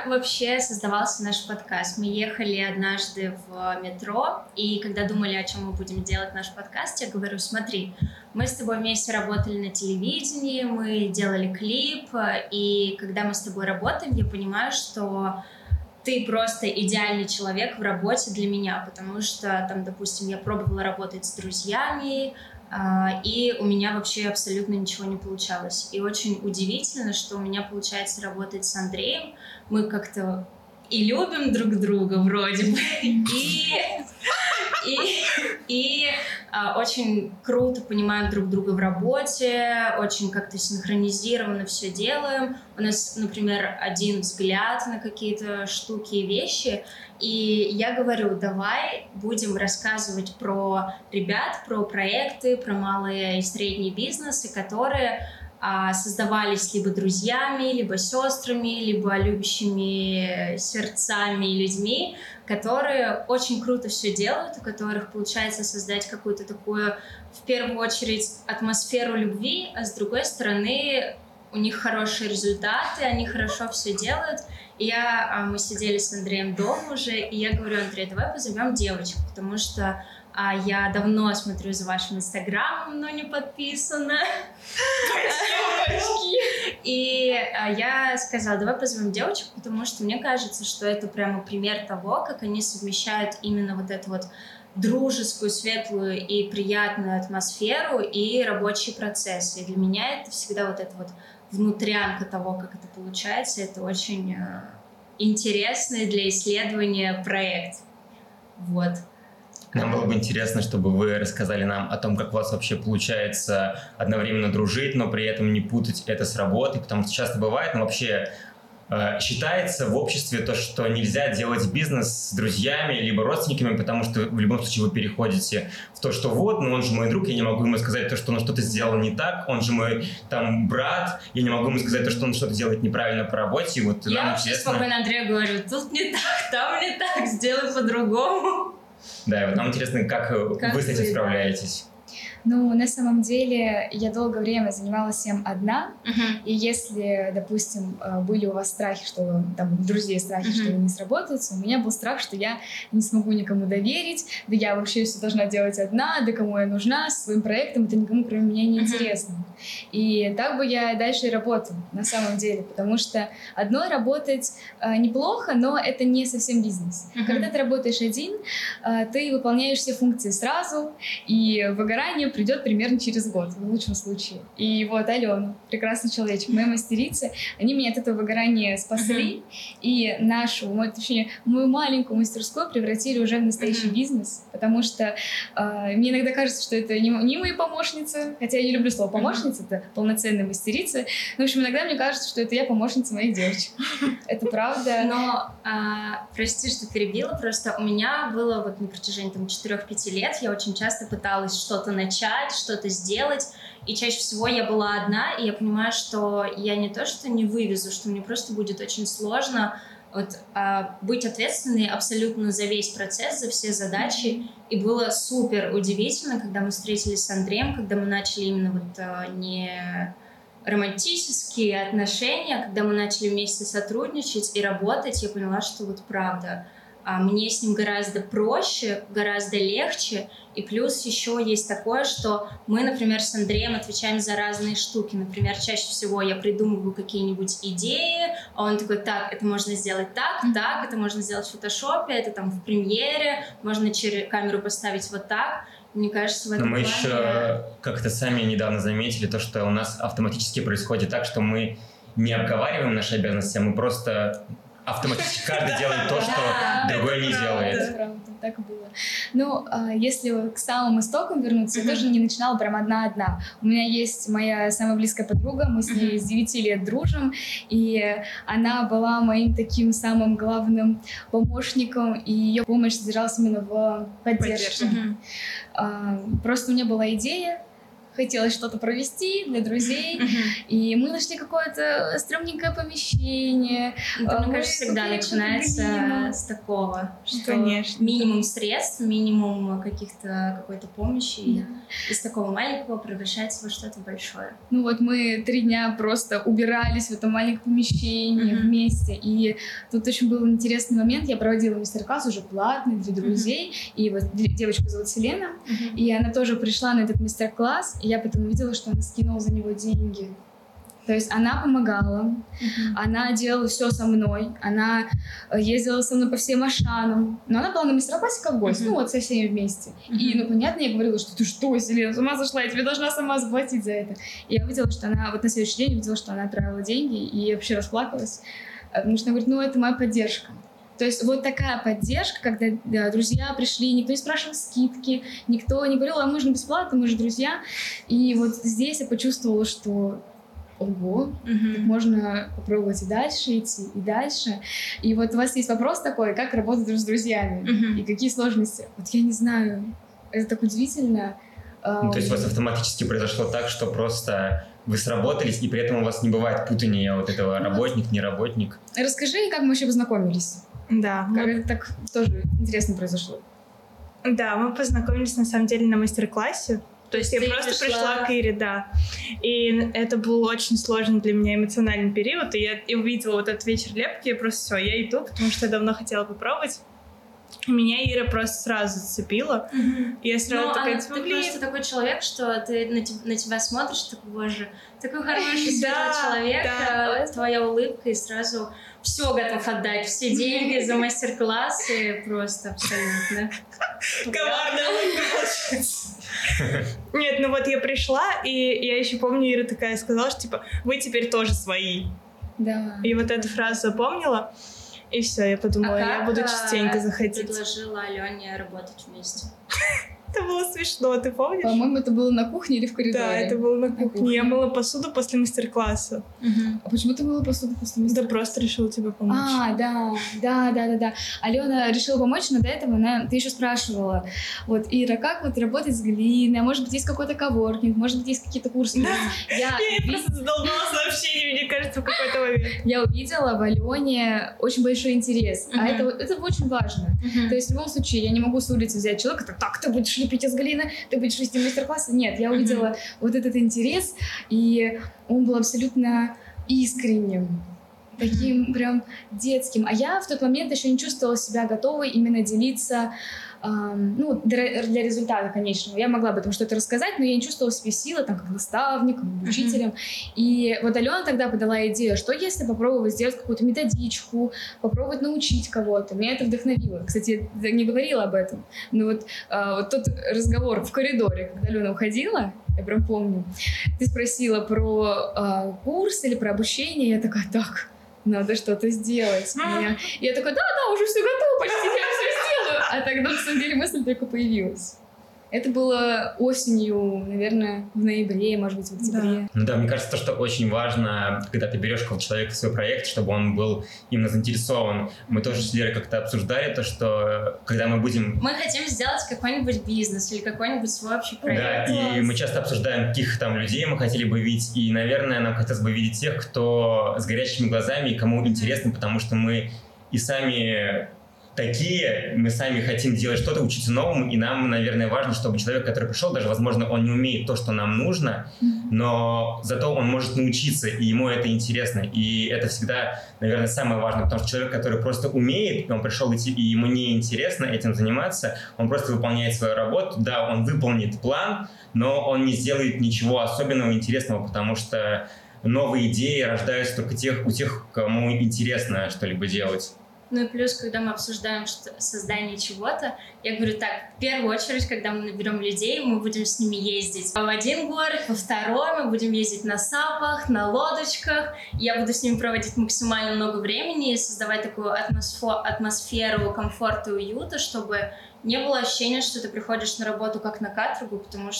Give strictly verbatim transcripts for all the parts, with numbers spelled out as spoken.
как вообще создавался наш подкаст? Мы ехали однажды в метро, и когда думали, о чем мы будем делать наш подкаст, я говорю, смотри, мы с тобой вместе работали на телевидении, мы делали клип, и когда мы с тобой работаем, я понимаю, что ты просто идеальный человек в работе для меня, потому что, там, допустим, я пробовала работать с друзьями, и у меня вообще абсолютно ничего не получалось. И очень удивительно, что у меня получается работать с Андреем. Мы как-то и любим друг друга вроде бы, и, и, и а, очень круто понимаем друг друга в работе, очень как-то синхронизированно все делаем. У нас, например, один взгляд на какие-то штуки и вещи. И я говорю, давай будем рассказывать про ребят, про проекты, про малые и средние бизнесы, которые а, создавались либо друзьями, либо сестрами, либо любящими сердцами людьми, которые очень круто все делают, у которых получается создать какую-то такую, в первую очередь, атмосферу любви, а с другой стороны, у них хорошие результаты, они хорошо все делают. И я, мы сидели с Андреем дома уже, и я говорю, Андрей, давай позовем девочек, потому что а, я давно смотрю за вашим инстаграмом, но не подписана. Спасибо, И а, я сказала, давай позовем девочек, потому что мне кажется, что это прямо пример того, как они совмещают именно вот эту вот дружескую, светлую и приятную атмосферу и рабочий процесс. И для меня это всегда вот это вот внутрянка того, как это получается. Это очень э, интересный для исследования проект. Вот. Нам было бы интересно, чтобы вы рассказали нам о том, как у вас вообще получается одновременно дружить, но при этом не путать это с работой, потому что часто бывает, но вообще э, считается в обществе то, что нельзя делать бизнес с друзьями либо родственниками, потому что в любом случае вы переходите в то, что вот, ну он же мой друг, я не могу ему сказать то, что он что-то сделал не так, он же мой там брат, я не могу ему сказать то, что он что-то делает неправильно по работе. Вот, я вообще интересно... спокойно Андрею говорю, тут не так, там не так, сделай по-другому. Да, и вот нам интересно, как, как вы с этим справляетесь. Ну, на самом деле, я долгое время занималась всем одна, uh-huh. и если, допустим, были у вас страхи, что там друзей страхи, uh-huh. что вы не сработаете, у меня был страх, что я не смогу никому доверить, да я вообще все должна делать одна, да кому я нужна, с своим проектом, это никому кроме меня не uh-huh. интересно. И так бы я дальше и работала, на самом деле, потому что одной работать э, неплохо, но это не совсем бизнес. Uh-huh. Когда ты работаешь один, э, ты выполняешь все функции сразу, и выгорание придет примерно через год, в лучшем случае. И вот Алена, прекрасный человечек, моя мастерица, они меня от этого выгорания спасли, uh-huh. и нашу, мою, точнее, мою маленькую мастерскую превратили уже в настоящий uh-huh. бизнес, потому что э, мне иногда кажется, что это не, не мои помощницы, хотя я не люблю слово помощница, uh-huh. это полноценная мастерица, но, в общем, иногда мне кажется, что это я помощница моих девочек. Это правда. Но, а, прости, что перебила, просто у меня было вот на протяжении там четырех-пяти лет, я очень часто пыталась что-то начать, что-то сделать, и чаще всего я была одна, и я понимаю, что я не то, что не вывезу, что мне просто будет очень сложно вот, а, быть ответственной абсолютно за весь процесс, за все задачи, и было супер удивительно, когда мы встретились с Андреем, когда мы начали именно вот а, не романтические отношения, когда мы начали вместе сотрудничать и работать, я поняла, что вот правда, мне с ним гораздо проще, гораздо легче, и плюс еще есть такое, что мы, например, с Андреем отвечаем за разные штуки. Например, чаще всего я придумываю какие-нибудь идеи, а он такой, так, это можно сделать так, так, это можно сделать в фотошопе, это там в премьере, можно через камеру поставить вот так. Мне кажется, в этом Но мы плане... еще как-то сами недавно заметили то, что у нас автоматически происходит так, что мы не обговариваем наши обязанности, а мы просто автоматически каждый делает то, что другой не делает. Это правда, так было. Ну, если к самым истокам вернуться, я тоже не начинала прям одна-одна. У меня есть моя самая близкая подруга, мы с ней с девяти лет дружим, и она была моим таким самым главным помощником, и ее помощь содержалась именно в поддержке. Просто у меня была идея, хотелось что-то провести для друзей, Мгм. и мы нашли какое-то стрёмненькое помещение. Это, а, мне мы кажется, всегда купили начинается глину. с такого, что Конечно, минимум средств, минимум каких-то какой-то помощи, и Да. из такого маленького превращается во что-то большое. Ну вот мы три дня просто убирались в этом маленьком помещении Мгм. вместе, и тут очень был интересный момент, я проводила мастер-класс уже платный для друзей, и вот де- девочку зовут Селена, и она тоже пришла на этот мастер-класс, и я потом увидела, что она скинула за него деньги. То есть она помогала, Мгм. она делала все со мной, она э, ездила со мной по всем Ашанам, но она была на мастер-классе как гость, Мгм. ну вот со всеми вместе. И, Мгм. ну, понятно, я говорила, что ты что, Селена, с ума сошла, я тебе должна сама заплатить за это. И я увидела, что она, вот на следующий день увидела, что она отправила деньги, и я вообще расплакалась, э, потому что она говорит, ну, это моя поддержка. То есть вот такая поддержка, когда да, друзья пришли, никто не спрашивал скидки, никто не говорил, а мы же бесплатно, мы же друзья. И вот здесь я почувствовала, что ого, Мгм. можно попробовать и дальше идти, и дальше. И вот у вас есть вопрос такой, как работать с друзьями, Мгм. и какие сложности? Вот я не знаю, это так удивительно. Ну, то есть у вас автоматически произошло так, что просто вы сработались, и при этом у вас не бывает путания вот этого работник, не работник. Расскажи, как мы вообще познакомились? Да, Как мы, это так тоже интересно произошло? да, мы познакомились на самом деле на мастер-классе. То есть я Ты просто пришла- пришла к Ире, да. И это был очень сложный для меня эмоциональный период. И я и увидела вот этот вечер лепки, я просто все, я иду, потому что я давно хотела попробовать. И меня Ира просто сразу зацепила. Мгм. И я сразу Ну, такая, она- типа, ты блин. просто такой человек, что ты на, теб- на тебя смотришь, такой, боже, такой хороший, светлый Да, человек, да. а, твоя улыбка, и сразу все готов отдать, все деньги за мастер-классы, просто абсолютно. Коварная улыбка получается. Нет, ну вот я пришла, и я еще помню, Ира такая сказала, что типа, вы теперь тоже свои. Да. И вот эту фразу запомнила. И все, я подумала, А я как, буду а, частенько ты заходить. предложила Алене работать вместе? Это было смешно, ты помнишь? По-моему, это было на кухне или в коридоре? Да, это было на кухне. кухне. Я мыла посуду после мастер-класса. А почему ты мыла посуду после Да мастер-класса? просто решила тебе помочь. А, да, да, да, да, да. Алена решила помочь, но до этого она, ты еще спрашивала, вот, Ира, как вот работать с глиной, а может быть, есть какой-то коворкинг, может быть, есть какие-то курсы. Да. Я, Я ей ви- просто задолбала сообщение, мне кажется, в какой-то момент. я увидела в Алене очень большой интерес, а Мгм. это, вот- это очень важно. То есть в любом случае я не могу с улицы взять человека, так, так, ты будешь лепить из глины, ты будешь вести мастер-классы. Нет, я увидела вот этот интерес, и он был абсолютно искренним, таким прям детским. А я в тот момент еще не чувствовала себя готовой именно делиться, эм, ну, для, для результата конечного. Я могла бы там что-то рассказать, но я не чувствовала в себе силы, там, как наставником, учителем. И вот Алена тогда подала идею, что если попробовать сделать какую-то методичку, попробовать научить кого-то. Меня это вдохновило. Кстати, я не говорила об этом, но вот, э, вот тот разговор в коридоре, когда Алена уходила, я прям помню, ты спросила про э, курс или про обучение, я такая, так, надо что-то сделать. Меня- Я такая, да-да, уже все готово, почти я все сделаю. А тогда, на самом деле, мысль только появилась. Это было осенью, наверное, в ноябре, может быть, в октябре. Ну да, мне кажется, то, что очень важно, когда ты берешь какого-то человека в свой проект, чтобы он был именно заинтересован. Мы тоже с Лерой как-то обсуждали то, что когда мы будем... Мы хотим сделать какой-нибудь бизнес или какой-нибудь свой общий Да, проект. и мы часто обсуждаем, каких там людей мы хотели бы видеть, и, наверное, нам хотелось бы видеть тех, кто с горящими глазами и кому интересно, потому что мы и сами такие, мы сами хотим делать что-то, учиться новому, и нам, наверное, важно, чтобы человек, который пришел, даже, возможно, он не умеет то, что нам нужно, но зато он может научиться, и ему это интересно, и это всегда, наверное, самое важное, потому что человек, который просто умеет, и он пришел идти, и ему не интересно этим заниматься, он просто выполняет свою работу, да, он выполнит план, но он не сделает ничего особенного, интересного, потому что новые идеи рождаются только тех, у тех, кому интересно что-либо делать. Ну и плюс, когда мы обсуждаем что- создание чего-то, я говорю так, в первую очередь, когда мы наберем людей, мы будем с ними ездить в один город, во второй, мы будем ездить на сапах, на лодочках, я буду с ними проводить максимально много времени и создавать такую атмосфо- атмосферу комфорта и уюта, чтобы не было ощущения, что ты приходишь на работу как на каторгу, потому что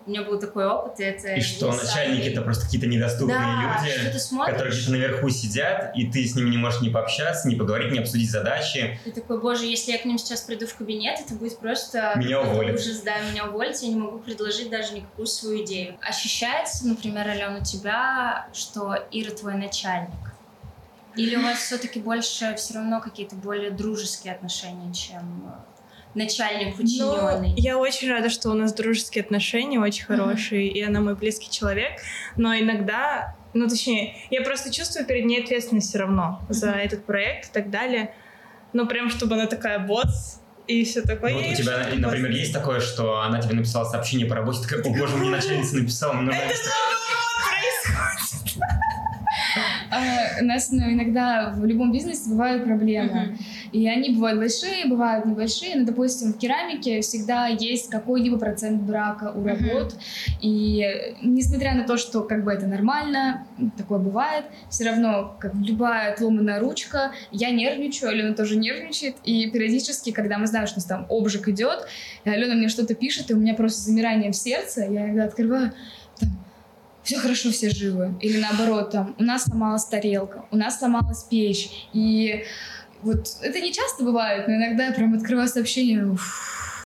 У меня был такой опыт, и это... И что не начальники самый... это просто какие-то недоступные да, люди, что ты смотришь, которые где-то наверху сидят, и ты с ними не можешь ни пообщаться, ни поговорить, ни обсудить задачи. Ты такой, боже, если я к ним сейчас приду в кабинет, это будет просто... Меня уволят. Ужас, да, меня уволят, я не могу предложить даже никакую свою идею. Ощущается, например, Алена, у тебя, что Ира твой начальник? Или у вас все-таки больше все равно какие-то более дружеские отношения, чем начальник подчиненный? Ну, я очень рада, что у нас дружеские отношения, очень хорошие, mm-hmm. и она мой близкий человек, но иногда, ну точнее, я просто чувствую перед ней ответственность все равно mm-hmm. за этот проект и так далее. Ну прям, чтобы она такая босс и все такое. Ну, вот у тебя, например, босс. Есть такое, что она тебе написала сообщение по работе, такая, о боже, мне начальница написала. Это наоборот происходит. У нас ну, иногда в любом бизнесе бывают проблемы. Uh-huh. И они бывают большие, бывают небольшие. Но, допустим, в керамике всегда есть какой-либо процент брака у работ. Uh-huh. И несмотря на то, что как бы это нормально, такое бывает, все равно, как любая отломанная ручка, я нервничаю, Алена тоже нервничает. И периодически, когда мы знаем, что у нас там обжиг идет, Алена мне что-то пишет, и у меня просто замирание в сердце, я иногда открываю... Все хорошо, все живы. Или наоборот, там, у нас сломалась тарелка, у нас сломалась печь. И вот это не часто бывает, но иногда я прям открываю сообщение. Уф.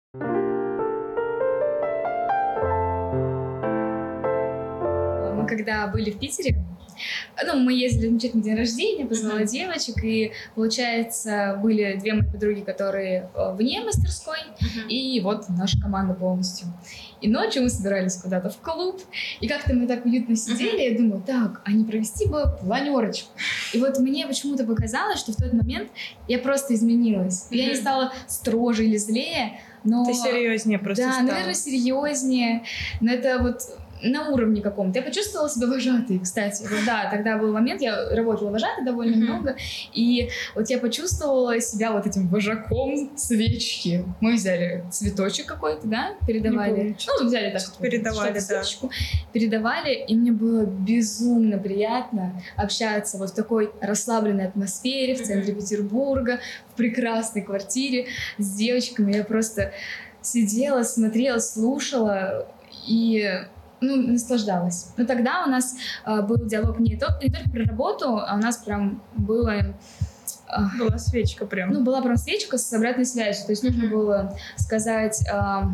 Мы когда были в Питере, ну, мы ездили отмечать день рождения, позвала uh-huh. девочек, и, получается, были две мои подруги, которые вне мастерской, uh-huh. и вот наша команда полностью. И ночью мы собирались куда-то в клуб, и как-то мы так уютно сидели, uh-huh. я думаю, так, а не провести бы планерочку. И вот мне почему-то показалось, что в тот момент я просто изменилась. Uh-huh. Я не стала строже или злее, но... Ты серьезнее просто да, стала. Да, наверное, серьезнее, но это вот... на уровне каком-то. Я почувствовала себя вожатой, кстати. Вот, да, тогда был момент, я работала вожатой довольно mm-hmm. много, и вот я почувствовала себя вот этим вожаком свечки. Мы взяли цветочек какой-то, да, передавали. Ну, взяли так. Передавали, да. Свечку, передавали, и мне было безумно приятно общаться вот в такой расслабленной атмосфере в центре mm-hmm. Петербурга, в прекрасной квартире с девочками. Я просто сидела, смотрела, слушала и... ну, наслаждалась. Но тогда у нас э, был диалог не, то, не только про работу, а у нас прям было... Э, была свечка прям. Ну, была прям свечка с обратной связью. То есть нужно было сказать э,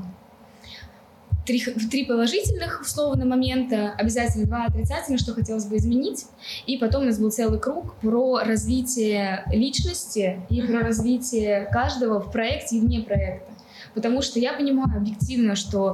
три, три положительных, условно, момента, обязательно два отрицательных, что хотелось бы изменить. И потом у нас был целый круг про развитие личности и про развитие каждого в проекте и вне проекта. Потому что я понимаю объективно, что...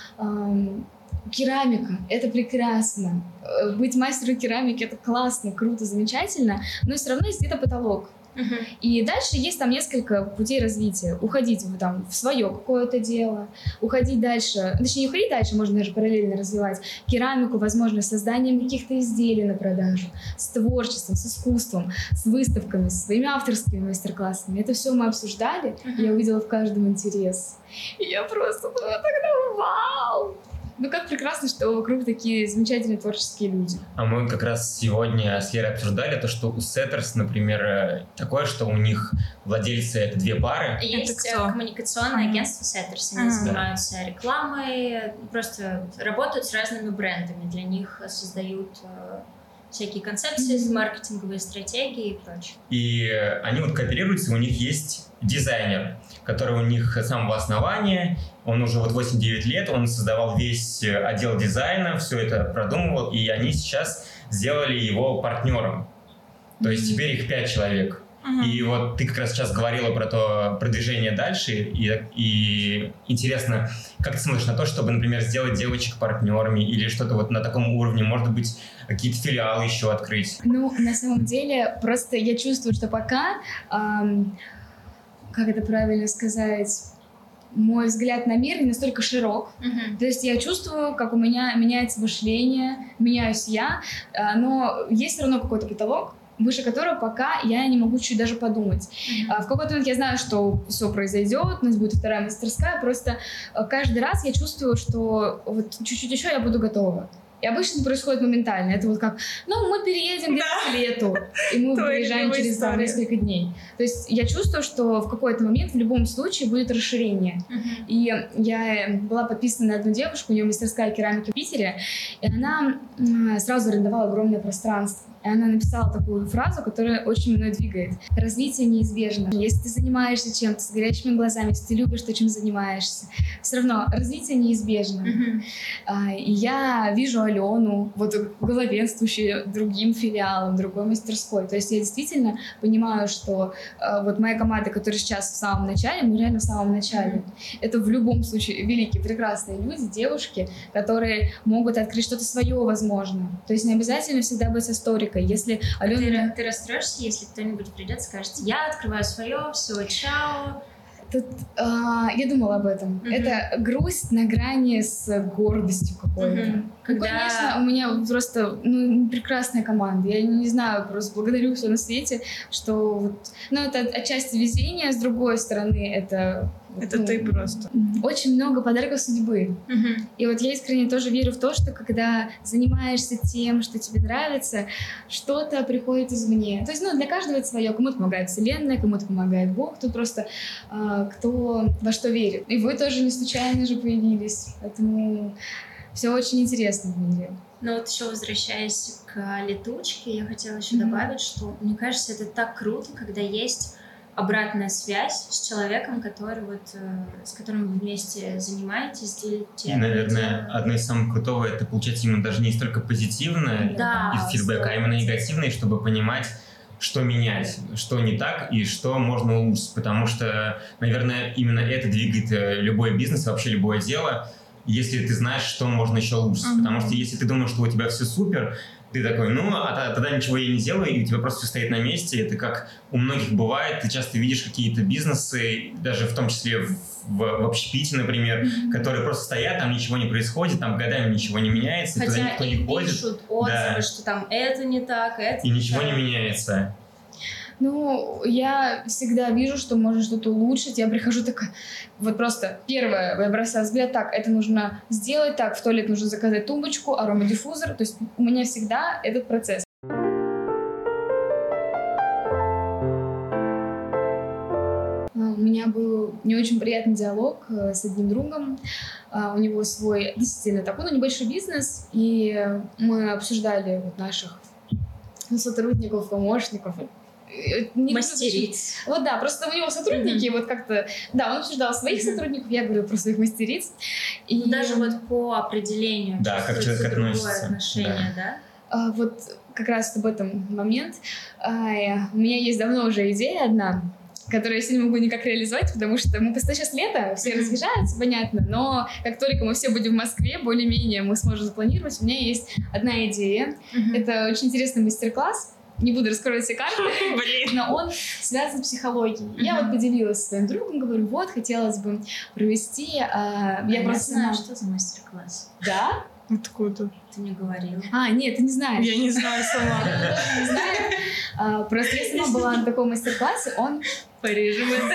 Э, керамика — это прекрасно. Быть мастером керамики — это классно, круто, замечательно, но все равно есть где-то потолок. Uh-huh. И дальше есть там несколько путей развития. Уходить в, там, в свое какое-то дело, уходить дальше, точнее не уходить дальше, можно даже параллельно развивать керамику, возможно, созданием каких-то изделий на продажу, с творчеством, с искусством, с выставками, с своими авторскими мастер-классами. Это все мы обсуждали, uh-huh. я увидела в каждом интерес. И я просто ну, тогда вау! Ну, как прекрасно, что вокруг такие замечательные творческие люди. А мы как раз сегодня с Лерой обсуждали то, что у Setters, например, такое, что у них владельцы — это две пары. Есть коммуникационное агентство Setters, они ага. занимаются рекламой, просто работают с разными брендами, для них создают всякие концепции, mm-hmm. маркетинговые стратегии и прочее. И они вот кооперируются, у них есть дизайнер, который у них с самого основания, он уже вот восемь-девять лет, он создавал весь отдел дизайна, все это продумывал, и они сейчас сделали его партнером. То есть теперь их пять человек. Uh-huh. И вот ты как раз сейчас говорила про то продвижение дальше, и, и интересно, как ты смотришь на то, чтобы, например, сделать девочек партнерами или что-то вот на таком уровне, может быть, какие-то филиалы еще открыть? Ну, на самом деле, просто я чувствую, что пока, эм, как это правильно сказать, мой взгляд на мир не настолько широк. Uh-huh. То есть я чувствую, как у меня меняется мышление, меняюсь я, э, но есть все равно какой-то потолок, выше которого пока я не могу чуть даже подумать. Mm-hmm. А, в какой-то момент я знаю, что все произойдет, у нас будет вторая мастерская, просто каждый раз я чувствую, что вот чуть-чуть еще я буду готова. И обычно это происходит моментально. Это вот как, ну, мы переедем Да. к лету, и мы Твоя приезжаем любимая через там, история. несколько дней. То есть я чувствую, что в какой-то момент в любом случае будет расширение. Мгм. И я была подписана на одну девушку, у нее мастерская керамики в Питере, и она м, сразу арендовала огромное пространство. И она написала такую фразу, которая очень мной двигает. Развитие неизбежно. Если ты занимаешься чем-то с горящими глазами, если ты любишь то, чем занимаешься, все равно развитие неизбежно. Мгм. А, И я вижу Алену, вот главенствующую другим филиалом, другой мастерской. То есть я действительно понимаю, что а, вот моя команда, которая сейчас в самом начале, мы реально в самом начале. Это в любом случае великие, прекрасные люди, девушки, которые могут открыть что-то свое, возможно. То есть не обязательно всегда быть историкой. Если Алена... Ты, ты расстроишься, если кто-нибудь придет и скажет: я открываю свое, все, чао. Тут, а, я думала об этом. Мгм. Это грусть на грани с гордостью какой-то. Мгм. Ну, Когда- конечно, у меня просто ну, прекрасная команда. Я не знаю, просто благодарю все на свете, что вот, ну, это отчасти везение, с другой стороны, это... Это ну, ты просто. Очень много подарков судьбы. Мгм. И вот я искренне тоже верю в то, что когда занимаешься тем, что тебе нравится, что-то приходит извне. То есть, ну, для каждого это свое. Кому-то помогает Вселенная, кому-то помогает Бог, тут просто а, кто во что верит. И вы тоже не случайно же появились. Поэтому все очень интересно в мире. Но вот еще возвращаясь к летучке, я хотела еще Мгм. добавить, что мне кажется, это так круто, когда есть обратная связь с человеком, который вот, э, с которым вы вместе занимаетесь, делите. И, наверное, одно из самых крутого — это получать именно даже не столько позитивное Да, из фидбэка, а именно негативное, чтобы понимать, что менять, что не так и что можно улучшить. Потому что, наверное, именно это двигает э, любой бизнес, вообще любое дело, если ты знаешь, что можно еще улучшить. Мгм. Потому что если ты думаешь, что у тебя все супер, ты такой, ну, а т- тогда ничего я не делаю, и у тебя просто все стоит на месте. Это как у многих бывает, ты часто видишь какие-то бизнесы, даже в том числе в, в, в общепите, например, которые просто стоят, там ничего не происходит, там годами ничего не меняется, туда Хотя никто и не ходит, пишут отзывы, Да. что там это не так, это и ничего так. не меняется. Ну, я всегда вижу, что можно что-то улучшить. Я прихожу такая, вот просто первое, я бросаю взгляд, так, это нужно сделать, так, в туалет нужно заказать тумбочку, аромадиффузор. То есть у меня всегда этот процесс. А, У меня был не очень приятный диалог э, с одним другом. А, У него свой действительно такой, ну, небольшой бизнес, и мы обсуждали вот наших ну, сотрудников, помощников. Э, не люблю звучать- Мастериц. Вот да, просто у него сотрудники, вот как-то... Да, он обсуждал своих Мгм. сотрудников, я говорю про своих мастериц. И Ну, даже вот по определению Да, как чувствуется человек другое относится, отношение, да? а, вот как раз об этом момент. А, э, у меня есть давно уже идея одна, которую я сегодня не могу никак реализовать, потому что мы просто сейчас лето, все Мгм. разъезжаются, понятно, но как только мы все будем в Москве, более-менее мы сможем запланировать, у меня есть одна идея. Мгм. Это очень интересный мастер-класс, не буду раскрывать все карты, Блин. но он связан с психологией. Я Мгм. вот поделилась со своим другом, говорю, вот, хотелось бы провести... а, А я просто знаю, сама- что за мастер-класс. Да? Откуда? Ты мне говорил. А, нет, ты не знаешь. Я не знаю сама. Я тоже не знаю. А, Просто я сама была на таком мастер-классе, он... Порежем это.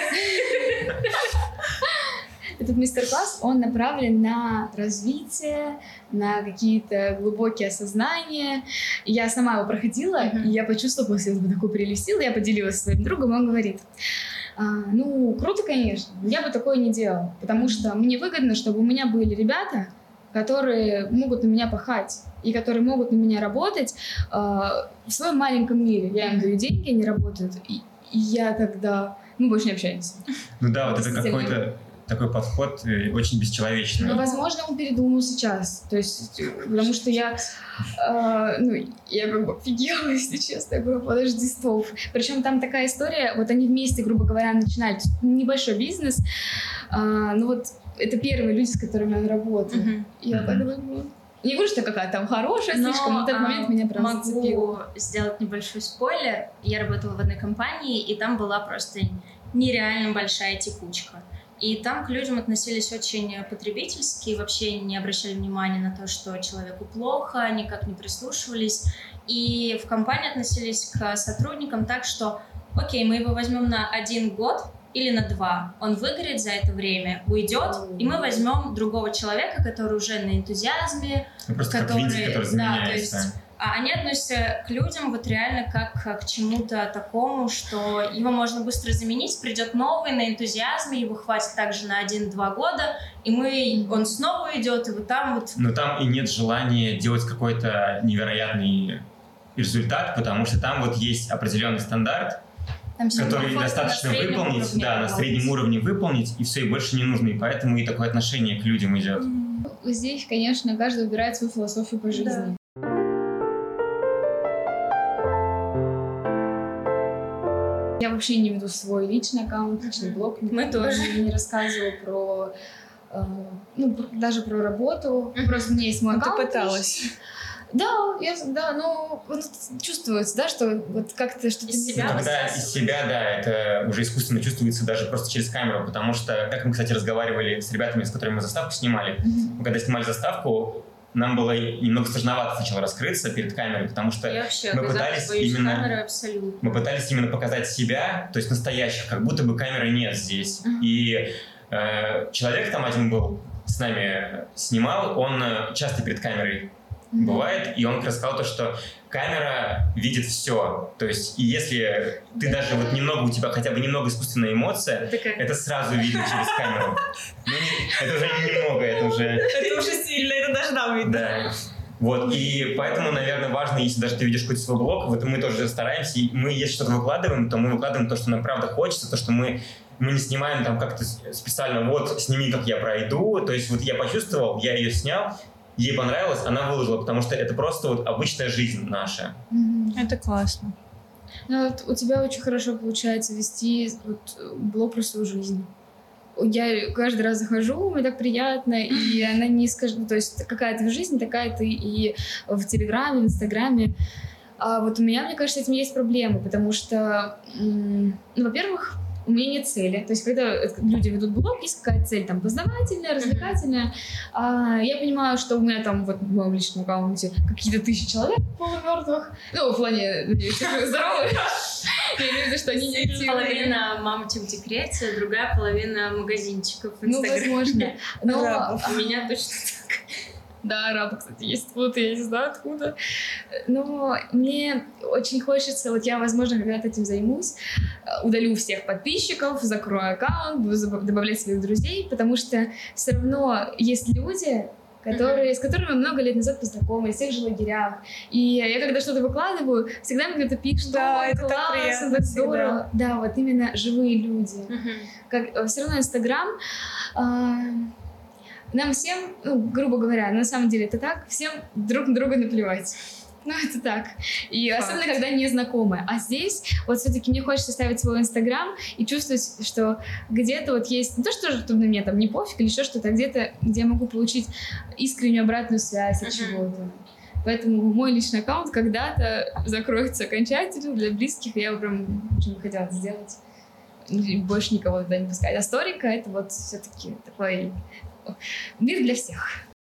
Этот мастер-класс, он направлен на развитие, на какие-то глубокие осознания. И я сама его проходила, Мгм. и я почувствовала после этого такую прелесть сил. Я поделилась со своим другом, он говорит, «А, ну, круто, конечно, но я бы такое не делала, потому что мне выгодно, чтобы у меня были ребята, которые могут на меня пахать и которые могут на меня работать э, в своем маленьком мире. Я им даю деньги, они работают, и, и я тогда... Мы больше не общаемся. Ну да, вот это Действительно. какой-то такой подход э, очень бесчеловечный. Но, возможно, он передумал сейчас. То есть, э, потому что я, э, ну, я как бы офигела, если честно. Я говорю, подожди, стоп. Причем там такая история, вот они вместе, грубо говоря, начинали. То есть небольшой бизнес. А, ну вот это первые люди, с которыми он работает. Мгм. И я так Мгм. думаю... Не говорю, что какая там хорошая Но, слишком, но в тот а, момент меня прям могу зацепило. сделать небольшой спойлер. Я работала в одной компании, и там была просто нереально большая текучка. И там к людям относились очень потребительски, вообще не обращали внимания на то, что человеку плохо, никак не прислушивались. И в компании относились к сотрудникам так, что окей, мы его возьмем на один год, или на два. Он выгорит за это время, уйдет, и мы возьмем другого человека, который уже на энтузиазме, Ну, просто который, как винтик, который да, заменяется. то есть, а они относятся к людям вот реально как к чему-то такому, что его можно быстро заменить, придет новый на энтузиазме, его хватит также на один-два года, и мы, он снова идет, и вот там вот... Но там и нет желания делать какой-то невероятный результат, потому что там вот есть определенный стандарт, Там всё который комфортно достаточно на среднем выполнить, уровне да, на работать. среднем уровне выполнить, и все, и больше не нужно, и поэтому и такое отношение к людям идет. Здесь, конечно, каждый выбирает свою философию по жизни. Да. Я вообще не веду свой личный аккаунт, личный блог. Мы никогда тоже. Не, не рассказываю про, э, ну, про- даже про работу. Мгм. Просто у меня есть мой Ну, ты аккаунт. пыталась. Да, я, да, ну, вот чувствуется, да, что вот как-то что-то Из не себя так. Когда из себя, да, это уже искусственно чувствуется даже просто через камеру, потому что, как мы, кстати, разговаривали с ребятами, с которыми мы заставку снимали, Мгм. мы когда снимали заставку, нам было немного сложновато сначала раскрыться перед камерой, потому что Я вообще мы оказалась пытались боюсь именно- камеры абсолютно. мы пытались именно показать себя, то есть настоящих, как будто бы камеры нет здесь. Мгм. И э, человек там один был, с нами снимал, он э, часто перед камерой Мгм. бывает, и он как раз сказал то, что камера видит все. То есть, и если ты даже вот немного, у тебя хотя бы немного искусственная эмоция, Такая, это сразу видно через камеру. Ну, не- это уже не немного, это уже... Это уже сильно, это даже нам видно. Да. Вот, и поэтому, наверное, важно, если даже ты видишь какой-то свой блог, вот мы тоже стараемся, и мы, если что-то выкладываем, то мы выкладываем то, что нам правда хочется, то, что мы, мы не снимаем там как-то специально, вот, сними, как я пройду, то есть вот я почувствовал, я ее снял, ей понравилось, она выложила, потому что это просто вот обычная жизнь наша. Мгм. Это классно. Ну, вот у тебя очень хорошо получается вести вот, блог про свою жизнь. Я каждый раз захожу, мне так приятно, и она не скажет, то есть какая ты в жизни, такая ты и в Телеграме, в Инстаграме. А вот у меня, мне кажется, с этим есть проблемы, потому что, м, ну, во-первых, у меня нет цели. То есть, когда люди ведут блог, есть какая-то цель, там, познавательная, развлекательная. А, я понимаю, что у меня там вот в моем личном аккаунте какие-то тысячи человек полумертвых. Ну, в плане, надеюсь, живы, здоровы. Я имею в виду, что они не активные. половина мамочек в декрете, другая половина магазинчиков в Ну, Инстаграме. возможно. Но, Арабов. У меня точно так. да, арабы, кстати, есть откуда-то, я не знаю откуда. Но мне очень хочется, вот я, возможно, когда-то этим займусь, удалю всех подписчиков, закрою аккаунт, буду забав- добавлять своих друзей, потому что все равно есть люди, которые, с которыми много лет назад познакомились, в тех же лагерях. И я когда что-то выкладываю, всегда мне кто-то пишет, Да, «Ой, это так классно, приятно так всегда». здорово. Да, вот именно живые люди. Мгм. Как, все равно Инстаграм, а, нам всем, ну, грубо говоря, на самом деле это так, всем друг на друга наплевать. Ну, это так. И Факт. особенно, когда не знакомы. А здесь вот все-таки мне хочется ставить свой Инстаграм и чувствовать, что где-то вот есть не то, что тут на меня там не пофиг или еще что-то, а где-то, где я могу получить искреннюю обратную связь от Мгм. чего-то. Поэтому мой личный аккаунт когда-то закроется окончательно для близких, и я бы прям очень бы хотела это сделать. И больше никого туда не пускать. А сторика — это вот все-таки такой мир для всех.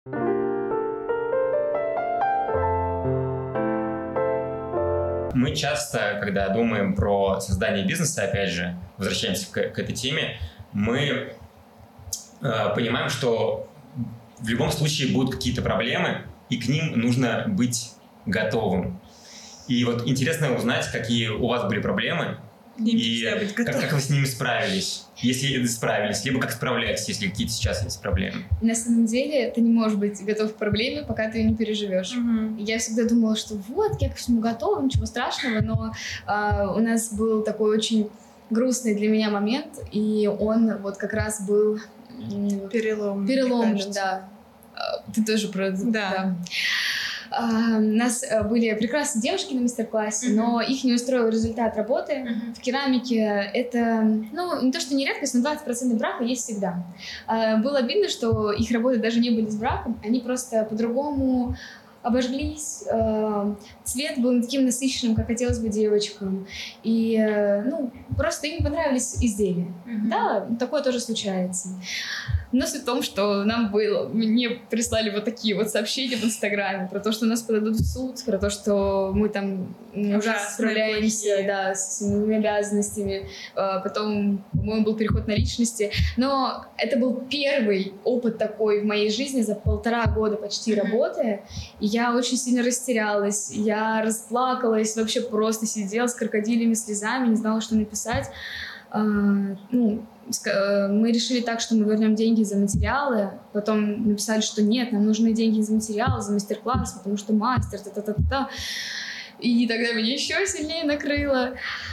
Мы часто, когда думаем про создание бизнеса, опять же, возвращаемся к, к этой теме, мы э, понимаем, что в любом случае будут какие-то проблемы, и к ним нужно быть готовым. И вот интересно узнать, какие у вас были проблемы, Им и всегда быть как, готовым. как вы с ними справились, если справились, либо как справляетесь, если какие-то сейчас есть проблемы. На самом деле ты не можешь быть готов к проблеме, пока ты ее не переживешь. Мгм. Я всегда думала, что вот, я ко всему готова, ничего страшного, но а, у нас был такой очень грустный для меня момент, и он вот как раз был м, Перелом. мне переломным, кажется. да. А, Ты тоже про... Да. А, У нас э, были прекрасные девушки на мастер-классе, Мгм. но их не устроил результат работы. Мгм. В керамике это, ну, не то, что не редкость, но двадцать процентов брака есть всегда. А, Было обидно, что их работы даже не были с браком, они просто по-другому обожглись, э, цвет был не таким насыщенным, как хотелось бы девочкам, и, э, ну, просто им понравились изделия. Mm-hmm. Да, такое тоже случается. Но суть в том, что нам было, мне прислали вот такие вот сообщения в Инстаграме про то, что нас подадут в суд, про то, что мы там уже справляемся, да, с своими обязанностями. Потом, по-моему, был переход на личности. Но это был первый опыт такой в моей жизни за полтора года почти mm-hmm. работы. И я очень сильно растерялась, я расплакалась, вообще просто сидела с крокодильями слезами, не знала, что написать. А, ну, мы решили так, что мы вернем деньги за материалы, потом написали, что нет, нам нужны деньги за материалы, за мастер-класс, потому что мастер, та-та-та-та. И тогда меня еще сильнее накрыло.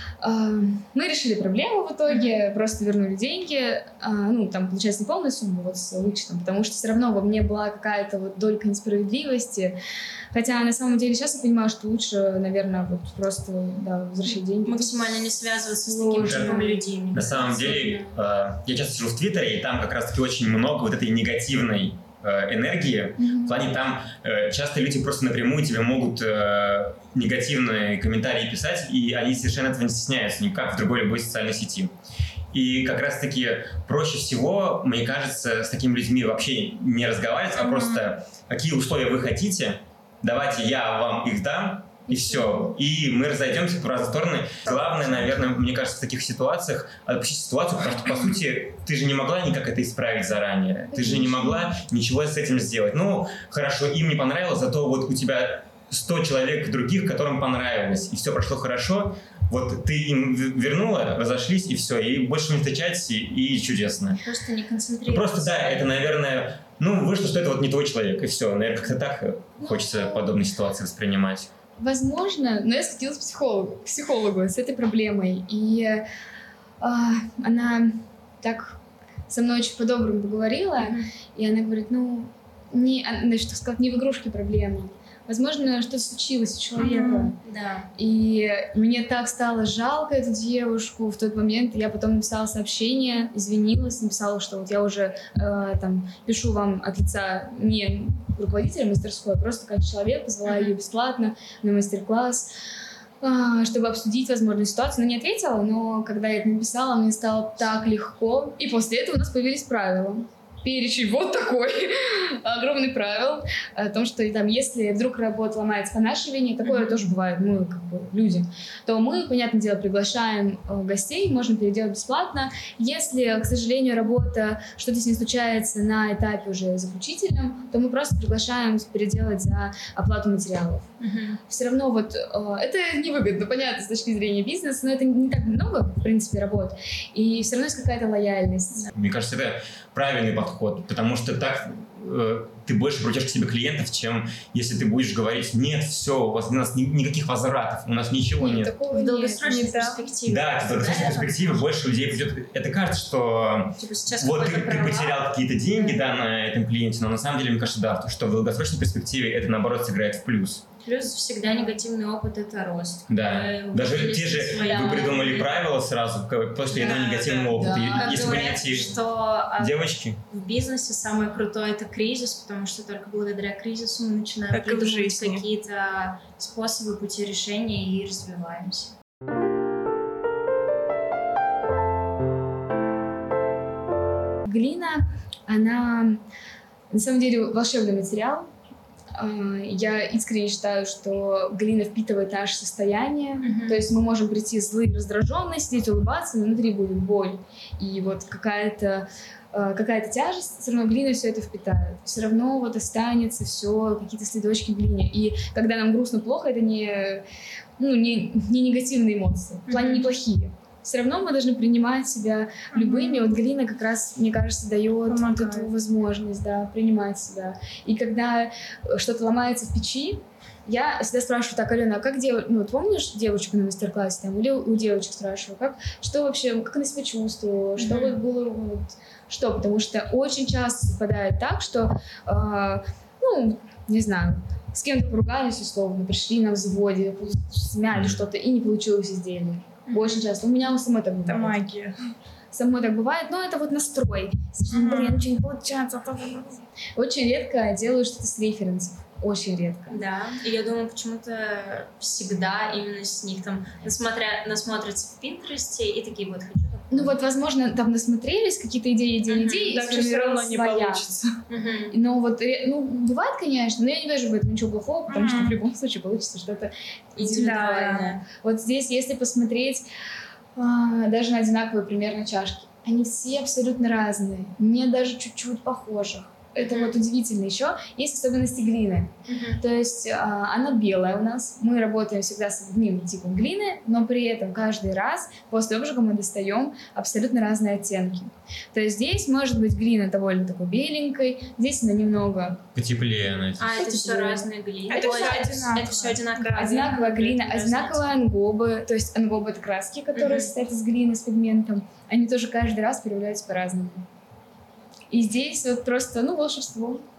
Мы решили проблему в итоге, просто вернули деньги, ну, там, получается, не полная сумма, вот с вычетом, потому что все равно во мне была какая-то вот долька несправедливости, хотя на самом деле сейчас я понимаю, что лучше, наверное, вот просто, да, возвращать деньги. Максимально не связываться с таким типом людей. На самом деле, я часто сижу в Твиттере, и там как раз-таки очень много вот этой негативной энергии. Mm-hmm. В плане там э, часто люди просто напрямую тебе могут э, негативные комментарии писать, и они совершенно этого не стесняются, никак в другой любой социальной сети. И как раз-таки проще всего, мне кажется, с такими людьми вообще не разговаривать, mm-hmm. а просто какие условия вы хотите, давайте я вам их дам, и все. И мы разойдемся в разные стороны. Главное, наверное, мне кажется, в таких ситуациях отпустить ситуацию, потому что, по сути, ты же не могла никак это исправить заранее. Ты же не могла ничего с этим сделать. Ну, хорошо, им не понравилось, зато вот у тебя сто человек других, которым понравилось, и все прошло хорошо. Вот ты им вернула, разошлись, и все, и больше не встречайтесь, и, и чудесно. Просто не концентрируйся. Просто, да, это, наверное, ну, вышло, что это вот не твой человек, и все. Наверное, как-то так хочется подобные ситуации воспринимать. Возможно, но я сходила к психологу, к психологу с этой проблемой, и а, она так со мной очень по-доброму поговорила, mm-hmm. и она говорит, ну, не, значит, так сказать, не в игрушке проблема. Возможно, что-то случилось у человека. Mm-hmm. Да. И мне так стало жалко эту девушку в тот момент. Я потом написала сообщение, извинилась, написала, что вот я уже э, там пишу вам от лица не руководителя мастерской, а просто как человек, позвала mm-hmm. ее бесплатно на мастер-класс, э, чтобы обсудить возможную ситуацию. Она не ответила, но когда я это написала, мне стало так легко. И после этого у нас появились правила. Перечень вот такой, огромный правил о том, что там, если вдруг работа ломается по нашей вине, такое mm-hmm. тоже бывает, мы как бы люди, то мы, понятное дело, приглашаем гостей, можем переделать бесплатно. Если, к сожалению, работа, что-то с ней случается на этапе уже заключительном, то мы просто приглашаем переделать за оплату материалов. Mm-hmm. Все равно вот это невыгодно, понятно, с точки зрения бизнеса, но это не так много, в принципе, работ, и все равно есть какая-то лояльность. Мне кажется, это правильный подход, потому что так э, ты больше привлечешь к себе клиентов, чем если ты будешь говорить, нет, все, у вас у нас ни, никаких возвратов, у нас ничего нет. нет. В долгосрочной нет, перспективе. Да, в долгосрочной да, перспективе больше людей придет. Это кажется, что типа вот ты, ты потерял какие-то деньги да, на этом клиенте, но на самом деле, мне кажется, да, что в долгосрочной перспективе это, наоборот, сыграет в плюс. Плюс всегда негативный опыт — это рост. Да, даже те же, вы придумали правила сразу после да, этого негативного опыта. Да. Если говорят, бы не эти что девочки. В бизнесе самое крутое — это кризис, потому что только благодаря кризису мы начинаем так придумывать какие-то способы, пути решения и развиваемся. Глина, она на самом деле волшебный материал. Я искренне считаю, что глина впитывает наше состояние. Mm-hmm. То есть мы можем прийти злые, раздраженные, сидеть, улыбаться, но внутри будет боль. И вот какая-то, какая-то тяжесть, все равно глина все это впитает. Все равно вот останется все, какие-то следочки в глине. И когда нам грустно, плохо, это не, ну, не, не негативные эмоции, в плане mm-hmm. неплохие. Все равно мы должны принимать себя любыми. Mm-hmm. Вот глина как раз, мне кажется, дает вот эту возможность, да, принимать себя. И когда что-то ломается в печи, я всегда спрашиваю, так, Алена, а как девочка, ну, вот помнишь девочку на мастер-классе там, или у девочек спрашиваю, как, что вообще, как она себя чувствовала, что mm-hmm. вот было, вот, что, потому что очень часто совпадает так, что, э, ну, не знаю, с кем-то поругались условно, пришли на взводе, смяли что-то, и не получилось изделие. Очень часто. У меня у самой так бывает. Это магия. Самой так бывает, но это вот настрой. Блин, ничего не получается. Очень редко делаю что-то с референсов. очень редко. Да, и я думаю, почему-то всегда именно с них там насмотря... насмотрятся в Пинтересте и такие вот хочу. Ну вот, возможно, там насмотрелись, какие-то идеи, идеи, Мгм. идеи, Так и что все равно не своя. получится. Мгм. Ну вот, ре- ну, бывает, конечно, но я не вижу в этом ничего плохого, потому что Мгм. в любом случае получится что-то Индивидуальное. Вот здесь, если посмотреть а, даже на одинаковые примерно чашки, они все абсолютно разные, не даже чуть-чуть похожих. Это Мгм. вот удивительно еще. Есть особенности глины. Мгм. То есть а, она белая у нас. Мы работаем всегда с одним типом глины, но при этом каждый раз после обжига мы достаем абсолютно разные оттенки. То есть здесь может быть глина довольно такой беленькой, здесь она немного Потеплее она. А, это все Теплее. разные глины. Это Ой, всё это, одинаково. это все одинаково. Да. одинаковая глина, Это одинаковые ангобы. То есть ангобы — это краски, которые Мгм. состоят из глины с пигментом. Они тоже каждый раз проявляются по-разному. И здесь вот просто, ну, волшебство.